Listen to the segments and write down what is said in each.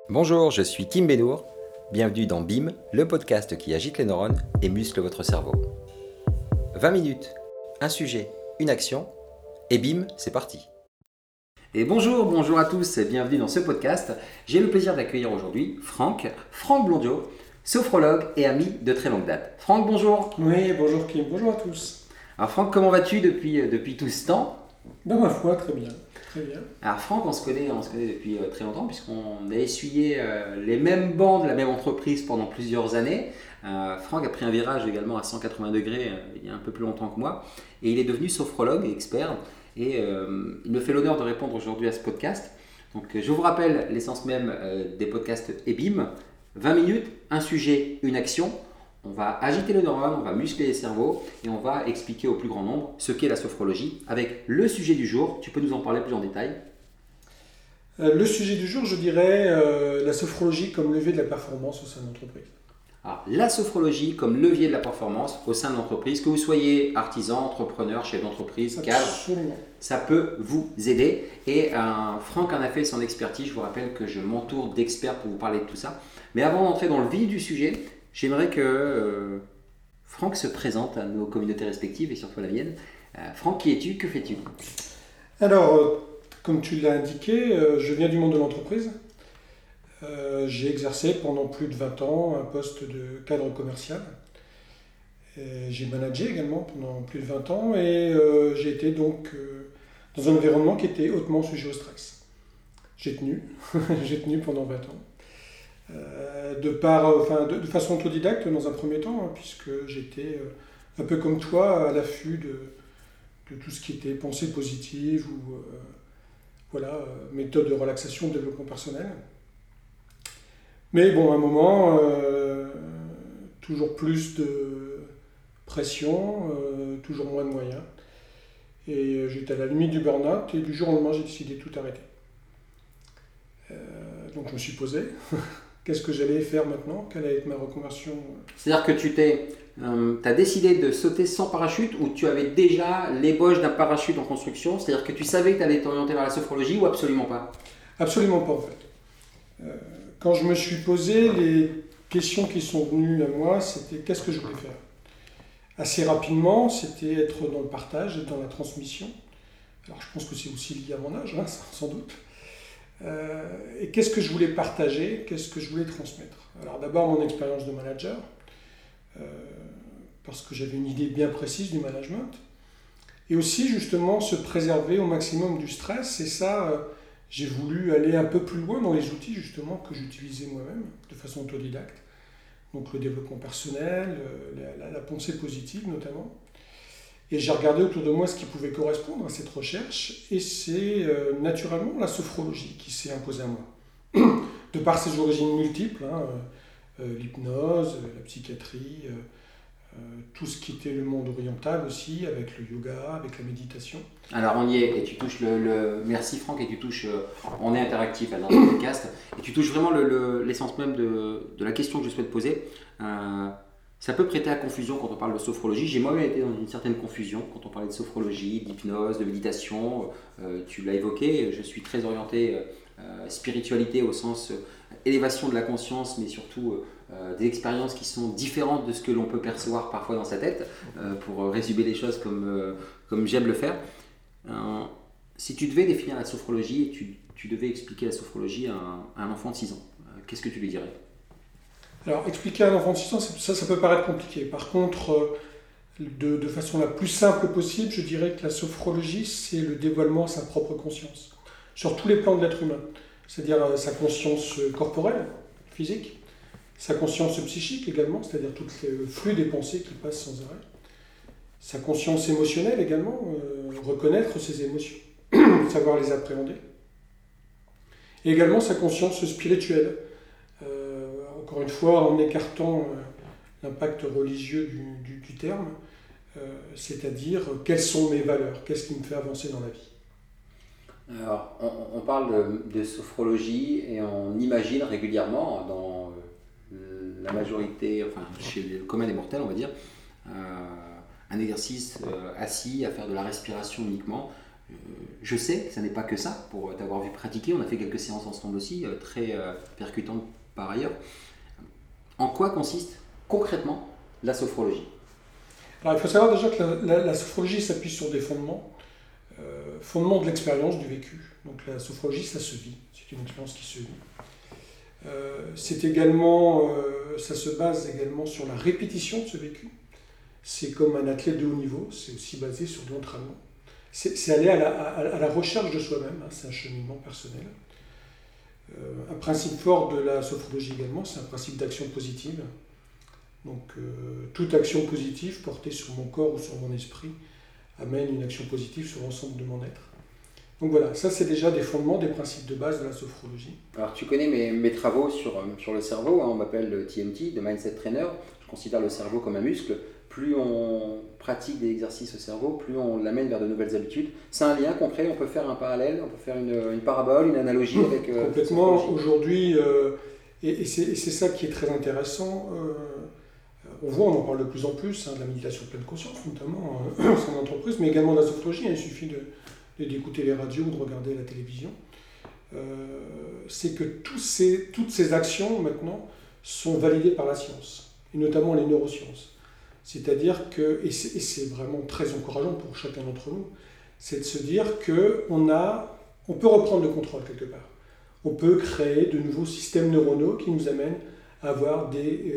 Bonjour, je suis Kim Benour. Bienvenue dans BIM, le podcast qui agite les neurones et muscle votre cerveau. 20 minutes, un sujet, une action, et BIM, c'est parti. Et bonjour à tous et bienvenue dans ce podcast. J'ai le plaisir d'accueillir aujourd'hui Franck Blondiot, sophrologue et ami de très longue date. Franck, bonjour. Oui, bonjour Kim, bonjour à tous. Alors Franck, comment vas-tu depuis tout ce temps ? Ben ma foi, très bien, très bien. Alors Franck, on se connaît depuis très longtemps puisqu'on a essuyé les mêmes bancs de la même entreprise pendant plusieurs années. Franck a pris un virage également à 180 degrés il y a un peu plus longtemps que moi et il est devenu sophrologue et expert et il me fait l'honneur de répondre aujourd'hui à ce podcast. Donc je vous rappelle l'essence même des podcasts EBIM, 20 minutes, un sujet, une action. On va agiter le neurone, on va muscler les cerveaux et on va expliquer au plus grand nombre ce qu'est la sophrologie avec le sujet du jour. Tu peux nous en parler plus en détail ? Le sujet du jour, je dirais la sophrologie comme levier de la performance au sein de l'entreprise. Alors, la sophrologie comme levier de la performance au sein de l'entreprise, que vous soyez artisan, entrepreneur, chef d'entreprise, cadre, ça peut vous aider. Et Franck en a fait son expertise. Je vous rappelle que je m'entoure d'experts pour vous parler de tout ça. Mais avant d'entrer dans le vif du sujet, j'aimerais que Franck se présente à nos communautés respectives et surtout à la mienne. Franck, qui es-tu ? Que fais-tu ? Alors, comme tu l'as indiqué, je viens du monde de l'entreprise. J'ai exercé pendant plus de 20 ans un poste de cadre commercial. J'ai managé également pendant plus de 20 ans et j'ai été donc dans un environnement qui était hautement sujet au stress. J'ai tenu, j'ai tenu pendant 20 ans. De façon autodidacte dans un premier temps, puisque j'étais un peu comme toi à l'affût de tout ce qui était pensée positive ou méthode de relaxation, de développement personnel. Mais bon, à un moment, toujours plus de pression, toujours moins de moyens. Et j'étais à la limite du burn-out et du jour au lendemain, j'ai décidé de tout arrêter. Donc je me suis posé, qu'est-ce que j'allais faire maintenant ? Quelle allait être ma reconversion ? C'est-à-dire que tu as décidé de sauter sans parachute ou tu avais déjà l'ébauche d'un parachute en construction ? C'est-à-dire que tu savais que tu allais t'orienter vers la sophrologie ou absolument pas ? Absolument pas en fait. Quand je me suis posé, les questions qui sont venues à moi, c'était qu'est-ce que je voulais faire ? Assez rapidement, c'était être dans le partage, dans la transmission. Alors je pense que c'est aussi lié à mon âge, sans doute. Et qu'est-ce que je voulais partager ? Qu'est-ce que je voulais transmettre ? Alors d'abord mon expérience de manager, parce que j'avais une idée bien précise du management. Et aussi justement se préserver au maximum du stress. Et ça, j'ai voulu aller un peu plus loin dans les outils justement que j'utilisais moi-même, de façon autodidacte. Donc le développement personnel, la pensée positive notamment. Et j'ai regardé autour de moi ce qui pouvait correspondre à cette recherche, et c'est naturellement la sophrologie qui s'est imposée à moi. De par ses origines multiples, l'hypnose, la psychiatrie, tout ce qui était le monde oriental aussi, avec le yoga, avec la méditation. Alors on y est, et tu touches merci Franck, et tu touches, on est interactif dans le podcast, et tu touches vraiment l'essence même de la question que je souhaite poser. Ça peut prêter à confusion quand on parle de sophrologie. J'ai moi-même été dans une certaine confusion quand on parlait de sophrologie, d'hypnose, de méditation. Tu l'as évoqué, je suis très orienté spiritualité au sens élévation de la conscience, mais surtout des expériences qui sont différentes de ce que l'on peut percevoir parfois dans sa tête, pour résumer les choses comme j'aime le faire. Si tu devais définir la sophrologie et tu devais expliquer la sophrologie à un enfant de 6 ans, qu'est-ce que tu lui dirais ? Alors, expliquer à un enfant de 6 ans, ça peut paraître compliqué. Par contre, de façon la plus simple possible, je dirais que la sophrologie, c'est le dévoilement de sa propre conscience, sur tous les plans de l'être humain. C'est-à-dire sa conscience corporelle, physique, sa conscience psychique également, c'est-à-dire tout le flux des pensées qui passent sans arrêt, sa conscience émotionnelle également, reconnaître ses émotions, savoir les appréhender, et également sa conscience spirituelle, encore une fois en écartant l'impact religieux du terme, c'est-à-dire quelles sont mes valeurs, qu'est-ce qui me fait avancer dans la vie. Alors, on parle de sophrologie et on imagine régulièrement dans la majorité, enfin chez le commun des mortels on va dire, un exercice assis à faire de la respiration uniquement. Je sais que ça n'est pas que ça, pour t'avoir vu pratiquer, on a fait quelques séances ensemble aussi, très percutantes par ailleurs. En quoi consiste concrètement la sophrologie? Alors il faut savoir déjà que la sophrologie s'appuie sur des fondements, fondements de l'expérience, du vécu. Donc la sophrologie, ça se vit, c'est une expérience qui se vit. C'est également, ça se base également sur la répétition de ce vécu. C'est comme un athlète de haut niveau, c'est aussi basé sur de l'entraînement. C'est aller à la recherche de soi-même, hein, c'est un cheminement personnel. Un principe fort de la sophrologie également, c'est un principe d'action positive. Donc toute action positive portée sur mon corps ou sur mon esprit amène une action positive sur l'ensemble de mon être. Donc voilà, ça c'est déjà des fondements, des principes de base de la sophrologie. Alors tu connais mes travaux sur le cerveau, hein, on m'appelle le TMT, de Mindset Trainer. Je considère le cerveau comme un muscle. Plus on pratique des exercices au cerveau, plus on l'amène vers de nouvelles habitudes. C'est un lien concret, on peut faire un parallèle, on peut faire une parabole, une analogie avec... Complètement, aujourd'hui, et c'est ça qui est très intéressant, on voit, on en parle de plus en plus, hein, de la méditation pleine conscience, notamment au sein d'entreprise, mais également de la sophrologie, hein, il suffit d'écouter les radios ou de regarder la télévision. C'est que toutes ces actions, maintenant, sont validées par la science, et notamment les neurosciences. C'est-à-dire que, et c'est vraiment très encourageant pour chacun d'entre nous, c'est de se dire qu'on peut reprendre le contrôle quelque part. On peut créer de nouveaux systèmes neuronaux qui nous amènent à avoir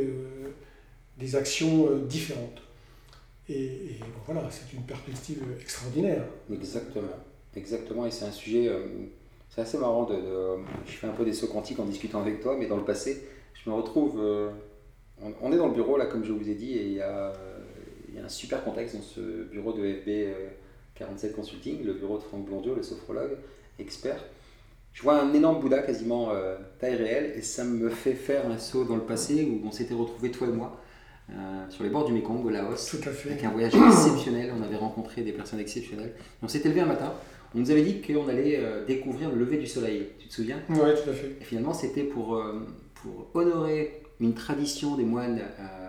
des actions différentes. Et bon, voilà, c'est une perspective extraordinaire. Exactement, et c'est un sujet, c'est assez marrant, je fais un peu des sauts quantiques en discutant avec toi, mais dans le passé, je me retrouve... On est dans le bureau, là, comme je vous ai dit, et il y a un super contexte dans ce bureau de FB 47 Consulting, le bureau de Franck Blondiot, le sophrologue, expert. Je vois un énorme Bouddha, quasiment taille réelle, et ça me fait faire un saut dans le passé où on s'était retrouvés, toi et moi, sur les bords du Mekong, au Laos. Tout à fait. Avec un voyage exceptionnel, on avait rencontré des personnes exceptionnelles. On s'était levé un matin, on nous avait dit qu'on allait découvrir le lever du soleil, tu te souviens? Oui, tout à fait. Et finalement, c'était pour honorer une tradition des moines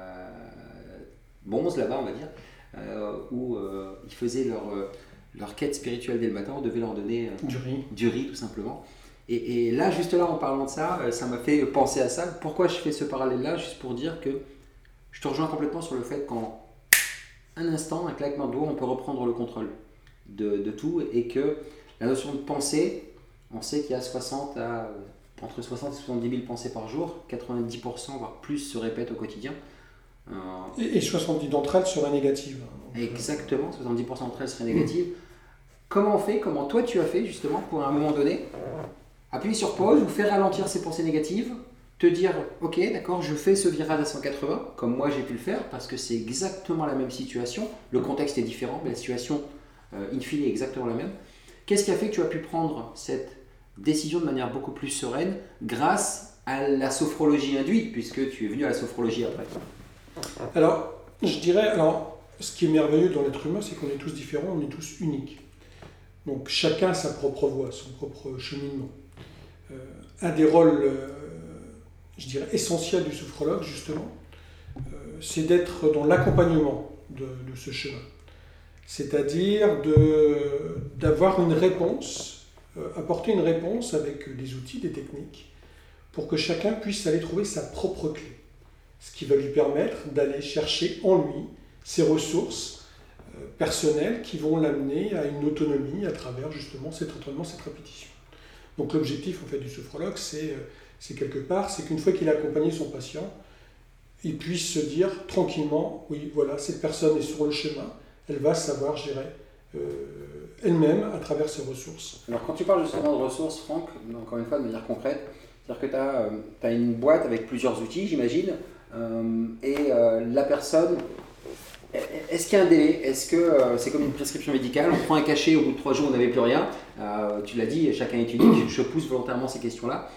bonzes là-bas, on va dire, où ils faisaient leur quête spirituelle dès le matin, on devait leur donner du riz tout simplement. Et là, juste là, en parlant de ça, ça m'a fait penser à ça. Pourquoi je fais ce parallèle-là? Juste pour dire que je te rejoins complètement sur le fait qu'en un instant, un claquement de doigts, on peut reprendre le contrôle de tout, et que la notion de pensée, on sait qu'il y a entre 60 et 70 000 pensées par jour, 90% voire plus se répètent au quotidien. Et 70 d'entre elles seraient négatives. Exactement, 70% d'entre elles seraient négatives. Comment on fait, comment toi tu as fait justement pour à un moment donné appuyer sur pause ou faire ralentir ces pensées négatives, te dire ok d'accord, je fais ce virage à 180 comme moi j'ai pu le faire parce que c'est exactement la même situation, le contexte est différent mais la situation in fine est exactement la même. Qu'est-ce qui a fait que tu as pu prendre cette décision de manière beaucoup plus sereine grâce à la sophrologie induite, puisque tu es venu à la sophrologie après? Alors, je dirais, ce qui est merveilleux dans l'être humain, c'est qu'on est tous différents, on est tous uniques. Donc chacun a sa propre voie, son propre cheminement. Un des rôles, je dirais, essentiels du sophrologue, justement, c'est d'être dans l'accompagnement de ce chemin. C'est-à-dire d'avoir une réponse, apporter une réponse avec des outils, des techniques, pour que chacun puisse aller trouver sa propre clé. Ce qui va lui permettre d'aller chercher en lui ses ressources personnelles qui vont l'amener à une autonomie à travers justement cet entraînement, cette répétition. Donc l'objectif en fait du sophrologue, c'est quelque part, c'est qu'une fois qu'il a accompagné son patient, il puisse se dire tranquillement, oui voilà, cette personne est sur le chemin, elle va savoir gérer elle-même à travers ses ressources. Alors quand tu parles justement de ressources, Franck, encore une fois de manière concrète, c'est-à-dire que tu as une boîte avec plusieurs outils, j'imagine, et la personne, est-ce qu'il y a un délai? Est-ce que c'est comme une prescription médicale? On prend un cachet, au bout de 3 jours on n'avait plus rien. Tu l'as dit, chacun est unique, je pousse volontairement ces questions-là.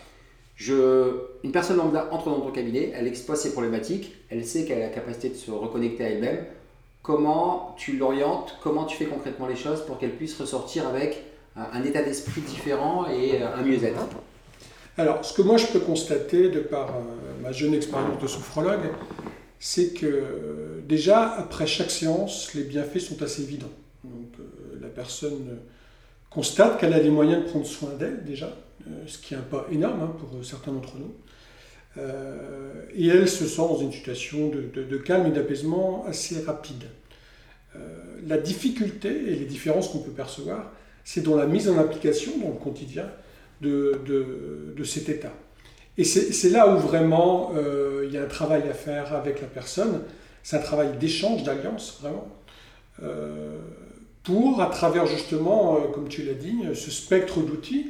Une personne lambda entre dans ton cabinet, elle expose ses problématiques, elle sait qu'elle a la capacité de se reconnecter à elle-même. Comment tu l'orientes, comment tu fais concrètement les choses pour qu'elle puisse ressortir avec un état d'esprit différent et un mieux-être? Alors, ce que moi je peux constater de par ma jeune expérience de sophrologue, c'est que déjà, après chaque séance, les bienfaits sont assez évidents. Donc, la personne constate qu'elle a les moyens de prendre soin d'elle déjà, ce qui est un pas énorme pour certains d'entre nous. Et elle se sent dans une situation de calme et d'apaisement assez rapide. La difficulté et les différences qu'on peut percevoir, c'est dans la mise en application, dans le quotidien, de cet état. Et c'est là où vraiment il y a un travail à faire avec la personne. C'est un travail d'échange, d'alliance, vraiment, pour, à travers justement, comme tu l'as dit, ce spectre d'outils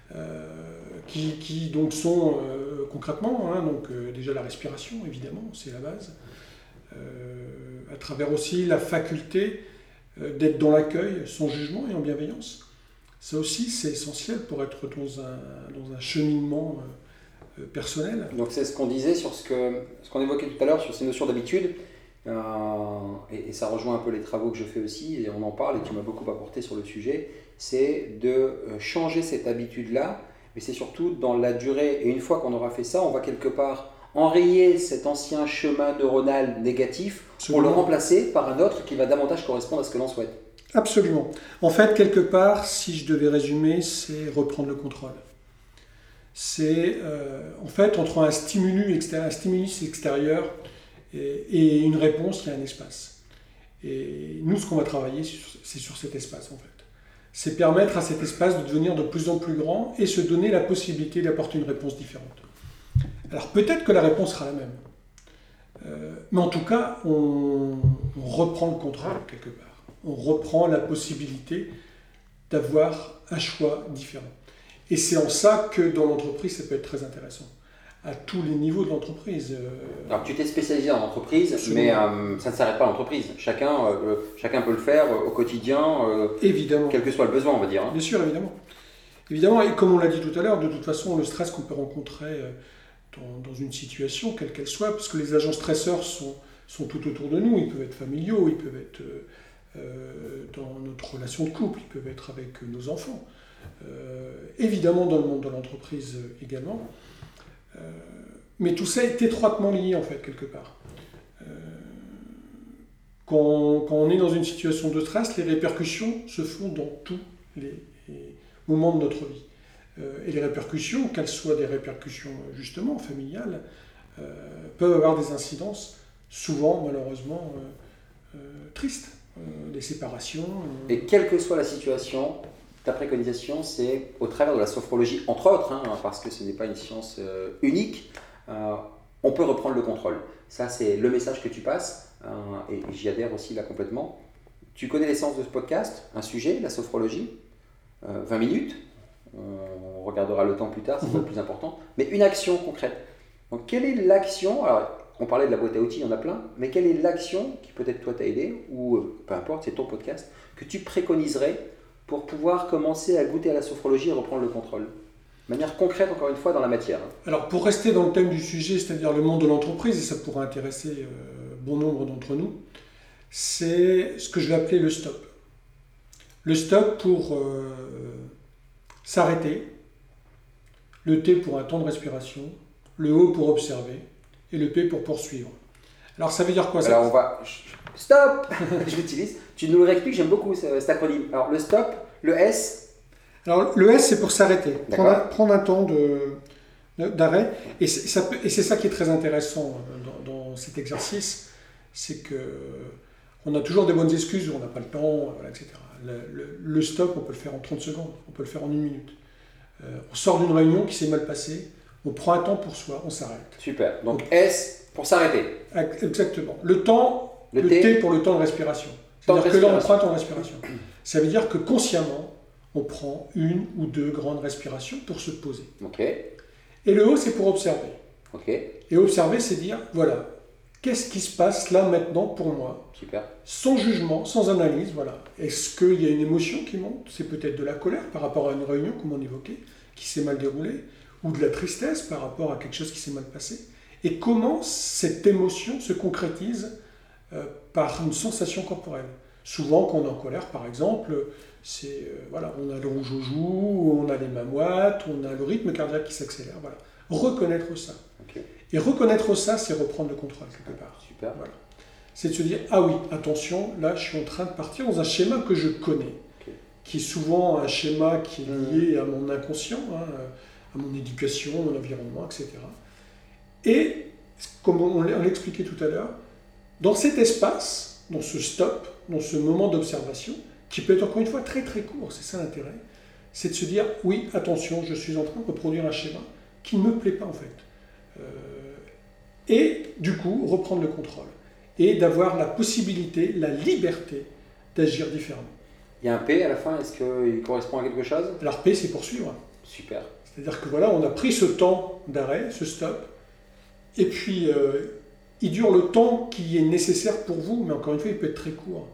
qui donc sont concrètement, déjà la respiration, évidemment, c'est la base, à travers aussi la faculté d'être dans l'accueil, sans jugement et en bienveillance. Ça aussi, c'est essentiel pour être dans un cheminement personnel. Donc c'est ce qu'on disait sur ce qu'on évoquait tout à l'heure, sur ces notions d'habitude, et ça rejoint un peu les travaux que je fais aussi, et on en parle, et tu m'as beaucoup apporté sur le sujet, c'est de changer cette habitude-là, mais c'est surtout dans la durée, et une fois qu'on aura fait ça, on va quelque part enrayer cet ancien chemin neuronal négatif pour le remplacer par un autre qui va davantage correspondre à ce que l'on souhaite. Absolument. En fait, quelque part, si je devais résumer, c'est reprendre le contrôle. C'est en fait entre un stimulus extérieur et une réponse, il y a un espace. Et nous, ce qu'on va travailler, c'est sur cet espace en fait. C'est permettre à cet espace de devenir de plus en plus grand et se donner la possibilité d'apporter une réponse différente. Alors peut-être que la réponse sera la même. Mais en tout cas, on reprend le contrôle quelque part. On reprend la possibilité d'avoir un choix différent. Et c'est en ça que dans l'entreprise, ça peut être très intéressant. À tous les niveaux de l'entreprise. Alors tu t'es spécialisé dans l'entreprise, mais ça ne s'arrête pas à l'entreprise. Chacun peut le faire au quotidien, évidemment. Quel que soit le besoin, on va dire. Bien sûr, évidemment. Évidemment, et comme on l'a dit tout à l'heure, de toute façon, le stress qu'on peut rencontrer dans une situation, quelle qu'elle soit, parce que les agents stresseurs sont tout autour de nous, ils peuvent être familiaux, ils peuvent être dans notre relation de couple, ils peuvent être avec nos enfants, évidemment dans le monde de l'entreprise également, mais tout ça est étroitement lié en fait quelque part. Quand on est dans une situation de stress, les répercussions se font dans tous les moments de notre vie. Et les répercussions, qu'elles soient des répercussions justement familiales, peuvent avoir des incidences souvent malheureusement tristes, des séparations. Et quelle que soit la situation, ta préconisation, c'est au travers de la sophrologie, entre autres, parce que ce n'est pas une science unique, on peut reprendre le contrôle. Ça, c'est le message que tu passes, et j'y adhère aussi là complètement. Tu connais l'essence de ce podcast, un sujet, la sophrologie, 20 minutes. On regardera le temps plus tard, c'est le plus important. Mais une action concrète. Donc, quelle est l'action? Alors, on parlait de la boîte à outils, il y en a plein. Mais quelle est l'action qui peut-être toi t'a aidé, ou peu importe, c'est ton podcast, que tu préconiserais pour pouvoir commencer à goûter à la sophrologie et reprendre le contrôle? De manière concrète, encore une fois, dans la matière. Alors, pour rester dans le thème du sujet, c'est-à-dire le monde de l'entreprise, et ça pourra intéresser bon nombre d'entre nous, c'est ce que je vais appeler le stop. Le stop pour s'arrêter, le T pour un temps de respiration, le O pour observer, et le P pour poursuivre. Alors ça veut dire quoi ça? Alors on va... Stop. Je l'utilise. Tu nous le réexpliques, j'aime beaucoup cet acronyme. Alors le stop, le S. Alors le S c'est pour s'arrêter, prendre un temps d'arrêt. Et c'est ça qui est très intéressant dans cet exercice, c'est que on a toujours des bonnes excuses, on n'a pas le temps, voilà, etc. Le stop, on peut le faire en 30 secondes, on peut le faire en 1 minute. On sort d'une réunion qui s'est mal passée, on prend un temps pour soi, on s'arrête. Super. Donc S pour s'arrêter. Exactement. Le T pour le temps de respiration. C'est-à-dire que là, on prend un temps de respiration. Ça veut dire que consciemment, on prend 1 ou 2 grandes respirations pour se poser. Ok. Et le O, c'est pour observer. Ok. Et observer, c'est dire, voilà, qu'est-ce qui se passe là maintenant pour moi? Super. Sans jugement, sans analyse, voilà. Est-ce qu'il y a une émotion qui monte? C'est peut-être de la colère par rapport à une réunion, comme on évoquait, qui s'est mal déroulée, ou de la tristesse par rapport à quelque chose qui s'est mal passé. Et comment cette émotion se concrétise par une sensation corporelle. Souvent, quand on est en colère, par exemple, c'est voilà, on a le rouge aux joues, on a les mains moites, on a le rythme cardiaque qui s'accélère. Voilà. Reconnaître ça. Okay. Et reconnaître ça, c'est reprendre le contrôle quelque part. Super. Voilà. C'est de se dire, ah oui, attention, là je suis en train de partir dans un schéma que je connais, qui est souvent un schéma qui est lié à mon inconscient, à mon éducation, mon environnement, etc. Et, comme on l'expliquait tout à l'heure, dans cet espace, dans ce stop, dans ce moment d'observation, qui peut être encore une fois très très court, c'est ça l'intérêt, c'est de se dire, oui, attention, je suis en train de reproduire un schéma qui ne me plaît pas en fait. Et du coup, reprendre le contrôle. Et d'avoir la possibilité, la liberté d'agir différemment. Il y a un P à la fin, est-ce qu'il correspond à quelque chose? Alors P, c'est poursuivre. Super. C'est-à-dire que voilà, on a pris ce temps d'arrêt, ce stop, et puis il dure le temps qui est nécessaire pour vous, mais encore une fois, il peut être très court.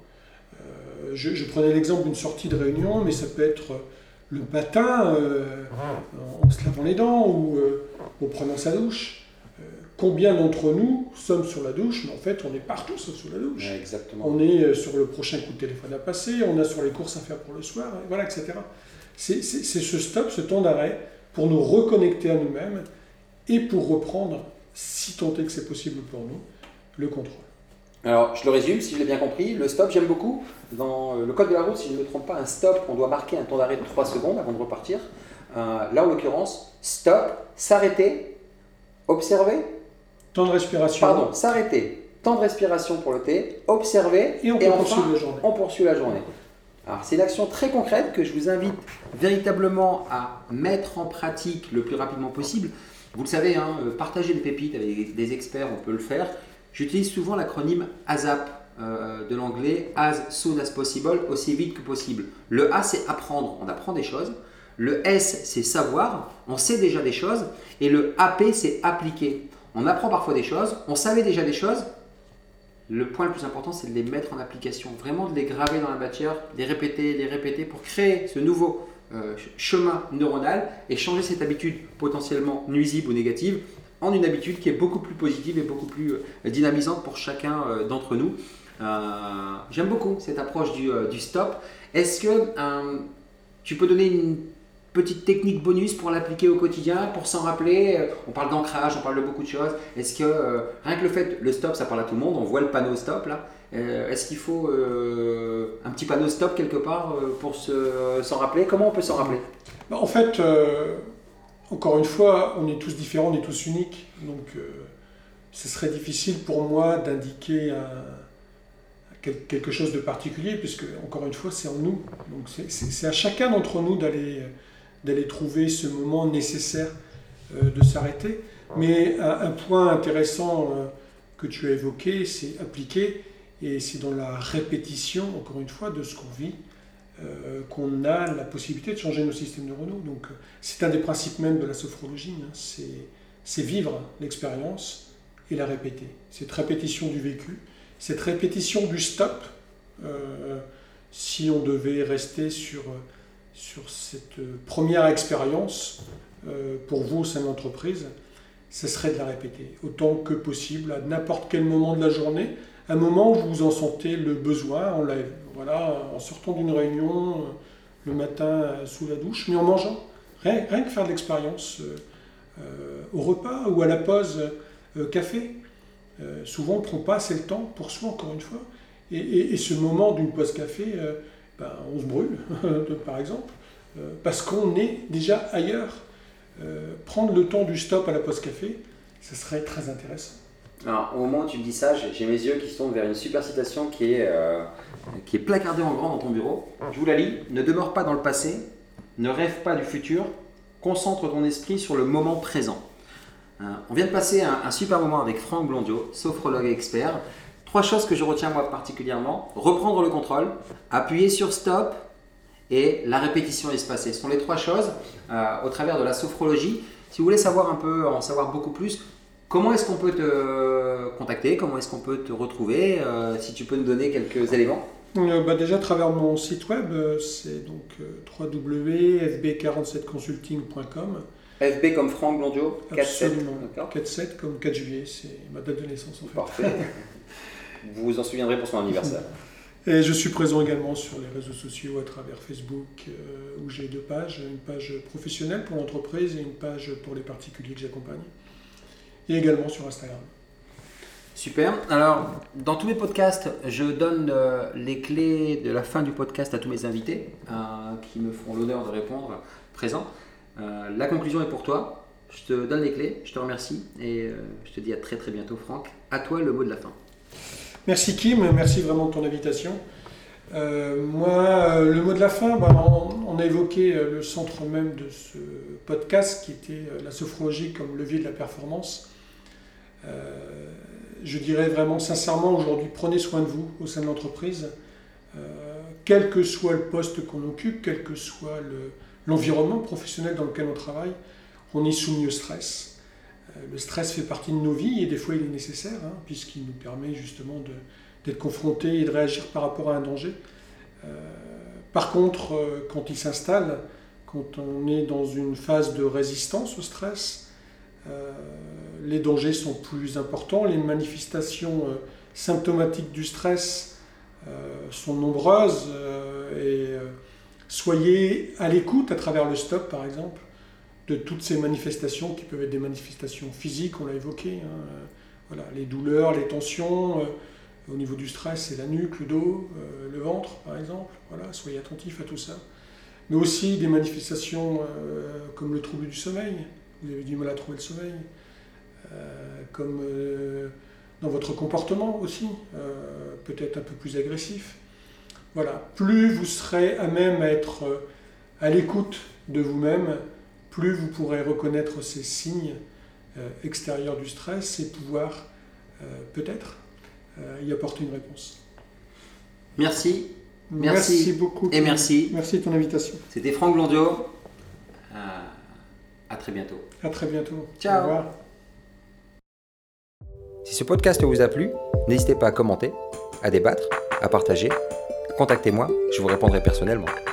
Je prenais l'exemple d'une sortie de réunion, mais ça peut être le matin, en se lavant les dents ou en prenant sa douche. Combien d'entre nous sommes sur la douche, mais en fait on est partout sauf sous la douche. Ouais, exactement. On est sur le prochain coup de téléphone à passer, on a sur les courses à faire pour le soir, voilà, etc. C'est ce stop, ce temps d'arrêt pour nous reconnecter à nous-mêmes et pour reprendre, si tant est que c'est possible pour nous, le contrôle. Alors, je le résume, si je l'ai bien compris, le stop, j'aime beaucoup. Dans le code de la route, si je ne me trompe pas, un stop, on doit marquer un temps d'arrêt de 3 secondes avant de repartir. Là, en l'occurrence, stop, s'arrêter, observer. Temps de respiration. Pardon, s'arrêter, temps de respiration pour le T, observer, et enfin, la journée. On poursuit la journée. Alors, c'est une action très concrète que je vous invite véritablement à mettre en pratique le plus rapidement possible. Vous le savez, partager des pépites avec des experts, on peut le faire. J'utilise souvent l'acronyme ASAP de l'anglais, as soon as possible, aussi vite que possible. Le A, c'est apprendre, on apprend des choses. Le S, c'est savoir, on sait déjà des choses. Et le AP, c'est appliquer. On apprend parfois des choses, on savait déjà des choses. Le point le plus important, c'est de les mettre en application, vraiment de les graver dans la matière, les répéter pour créer ce nouveau chemin neuronal et changer cette habitude potentiellement nuisible ou négative en une habitude qui est beaucoup plus positive et beaucoup plus dynamisante pour chacun d'entre nous. J'aime beaucoup cette approche du stop. Est-ce que tu peux donner une petite technique bonus pour l'appliquer au quotidien, pour s'en rappeler? On parle d'ancrage, on parle de beaucoup de choses. Est-ce que rien que le fait, le stop, ça parle à tout le monde, on voit le panneau stop là. Est-ce qu'il faut un petit panneau stop quelque part pour s'en rappeler? Comment on peut s'en rappeler? En fait, encore une fois, on est tous différents, on est tous uniques. Donc, ce serait difficile pour moi d'indiquer quelque chose de particulier, puisque, encore une fois, c'est en nous. Donc, c'est à chacun d'entre nous d'aller trouver ce moment nécessaire de s'arrêter. Mais un point intéressant que tu as évoqué, c'est appliquer, et c'est dans la répétition, encore une fois, de ce qu'on vit, qu'on a la possibilité de changer nos systèmes neuronaux. Donc, c'est un des principes même de la sophrologie, c'est vivre l'expérience et la répéter. Cette répétition du vécu, cette répétition du stop, si on devait rester sur cette première expérience, pour vous au sein de l'entreprise, ce serait de la répéter autant que possible, à n'importe quel moment de la journée, un moment où vous en sentez le besoin, en sortant d'une réunion, le matin sous la douche, mais en mangeant. Rien que faire de l'expérience au repas ou à la pause café. Souvent, on ne prend pas assez le temps pour soi, encore une fois. Et ce moment d'une pause café, on se brûle, par exemple, parce qu'on est déjà ailleurs. Prendre le temps du stop à la pause café, ça serait très intéressant. Alors, au moment où tu me dis ça, j'ai mes yeux qui se tournent vers une super citation qui est placardée en grand dans ton bureau. Je vous la lis. Ne demeure pas dans le passé, ne rêve pas du futur, concentre ton esprit sur le moment présent. On vient de passer un super moment avec Franck Blondiot, sophrologue et expert. 3 choses que je retiens moi particulièrement: reprendre le contrôle, appuyer sur stop et la répétition espacée. Ce sont les 3 choses au travers de la sophrologie. Si vous voulez en savoir beaucoup plus, comment est-ce qu'on peut te contacter? Comment est-ce qu'on peut te retrouver? Si tu peux nous donner quelques éléments. Déjà à travers mon site web, c'est donc www.fb47consulting.com. FB comme Franck Blondiot, 4-7. Absolument, 4-7 comme 4 juillet, c'est ma date de naissance en fait. Parfait. Vous vous en souviendrez pour son anniversaire. Et je suis présent également sur les réseaux sociaux à travers Facebook, où j'ai 2 pages, une page professionnelle pour l'entreprise et une page pour les particuliers que j'accompagne. Et également sur Instagram. Super. Alors, dans tous mes podcasts, je donne les clés de la fin du podcast à tous mes invités qui me font l'honneur de répondre présent. La conclusion est pour toi. Je te donne les clés, je te remercie et je te dis à très très bientôt, Franck. À toi le mot de la fin. Merci Kim, merci vraiment de ton invitation. Moi, le mot de la fin, on a évoqué le centre même de ce podcast qui était la sophrologie comme levier de la performance. Je dirais vraiment sincèrement aujourd'hui, prenez soin de vous au sein de l'entreprise, quel que soit le poste qu'on occupe, quel que soit l'environnement professionnel dans lequel on travaille, on est soumis au stress. Le stress fait partie de nos vies et des fois il est nécessaire, puisqu'il nous permet justement d'être confrontés et de réagir par rapport à un danger. Par contre, quand il s'installe, quand on est dans une phase de résistance au stress, les dangers sont plus importants, les manifestations symptomatiques du stress sont nombreuses et soyez à l'écoute à travers le stop par exemple de toutes ces manifestations qui peuvent être des manifestations physiques, on l'a évoqué, voilà, les douleurs, les tensions, au niveau du stress c'est la nuque, le dos, le ventre par exemple, voilà, soyez attentifs à tout ça, mais aussi des manifestations comme le trouble du sommeil. Vous avez du mal à trouver le sommeil, comme dans votre comportement aussi, peut-être un peu plus agressif. Voilà, plus vous serez à même à être à l'écoute de vous-même, plus vous pourrez reconnaître ces signes extérieurs du stress et pouvoir peut-être y apporter une réponse. Merci. Merci beaucoup. Et merci. Merci de ton invitation. C'était Franck Blondiot. À très bientôt. À très bientôt. Ciao. Au revoir. Si ce podcast vous a plu, n'hésitez pas à commenter, à débattre, à partager. Contactez-moi, je vous répondrai personnellement.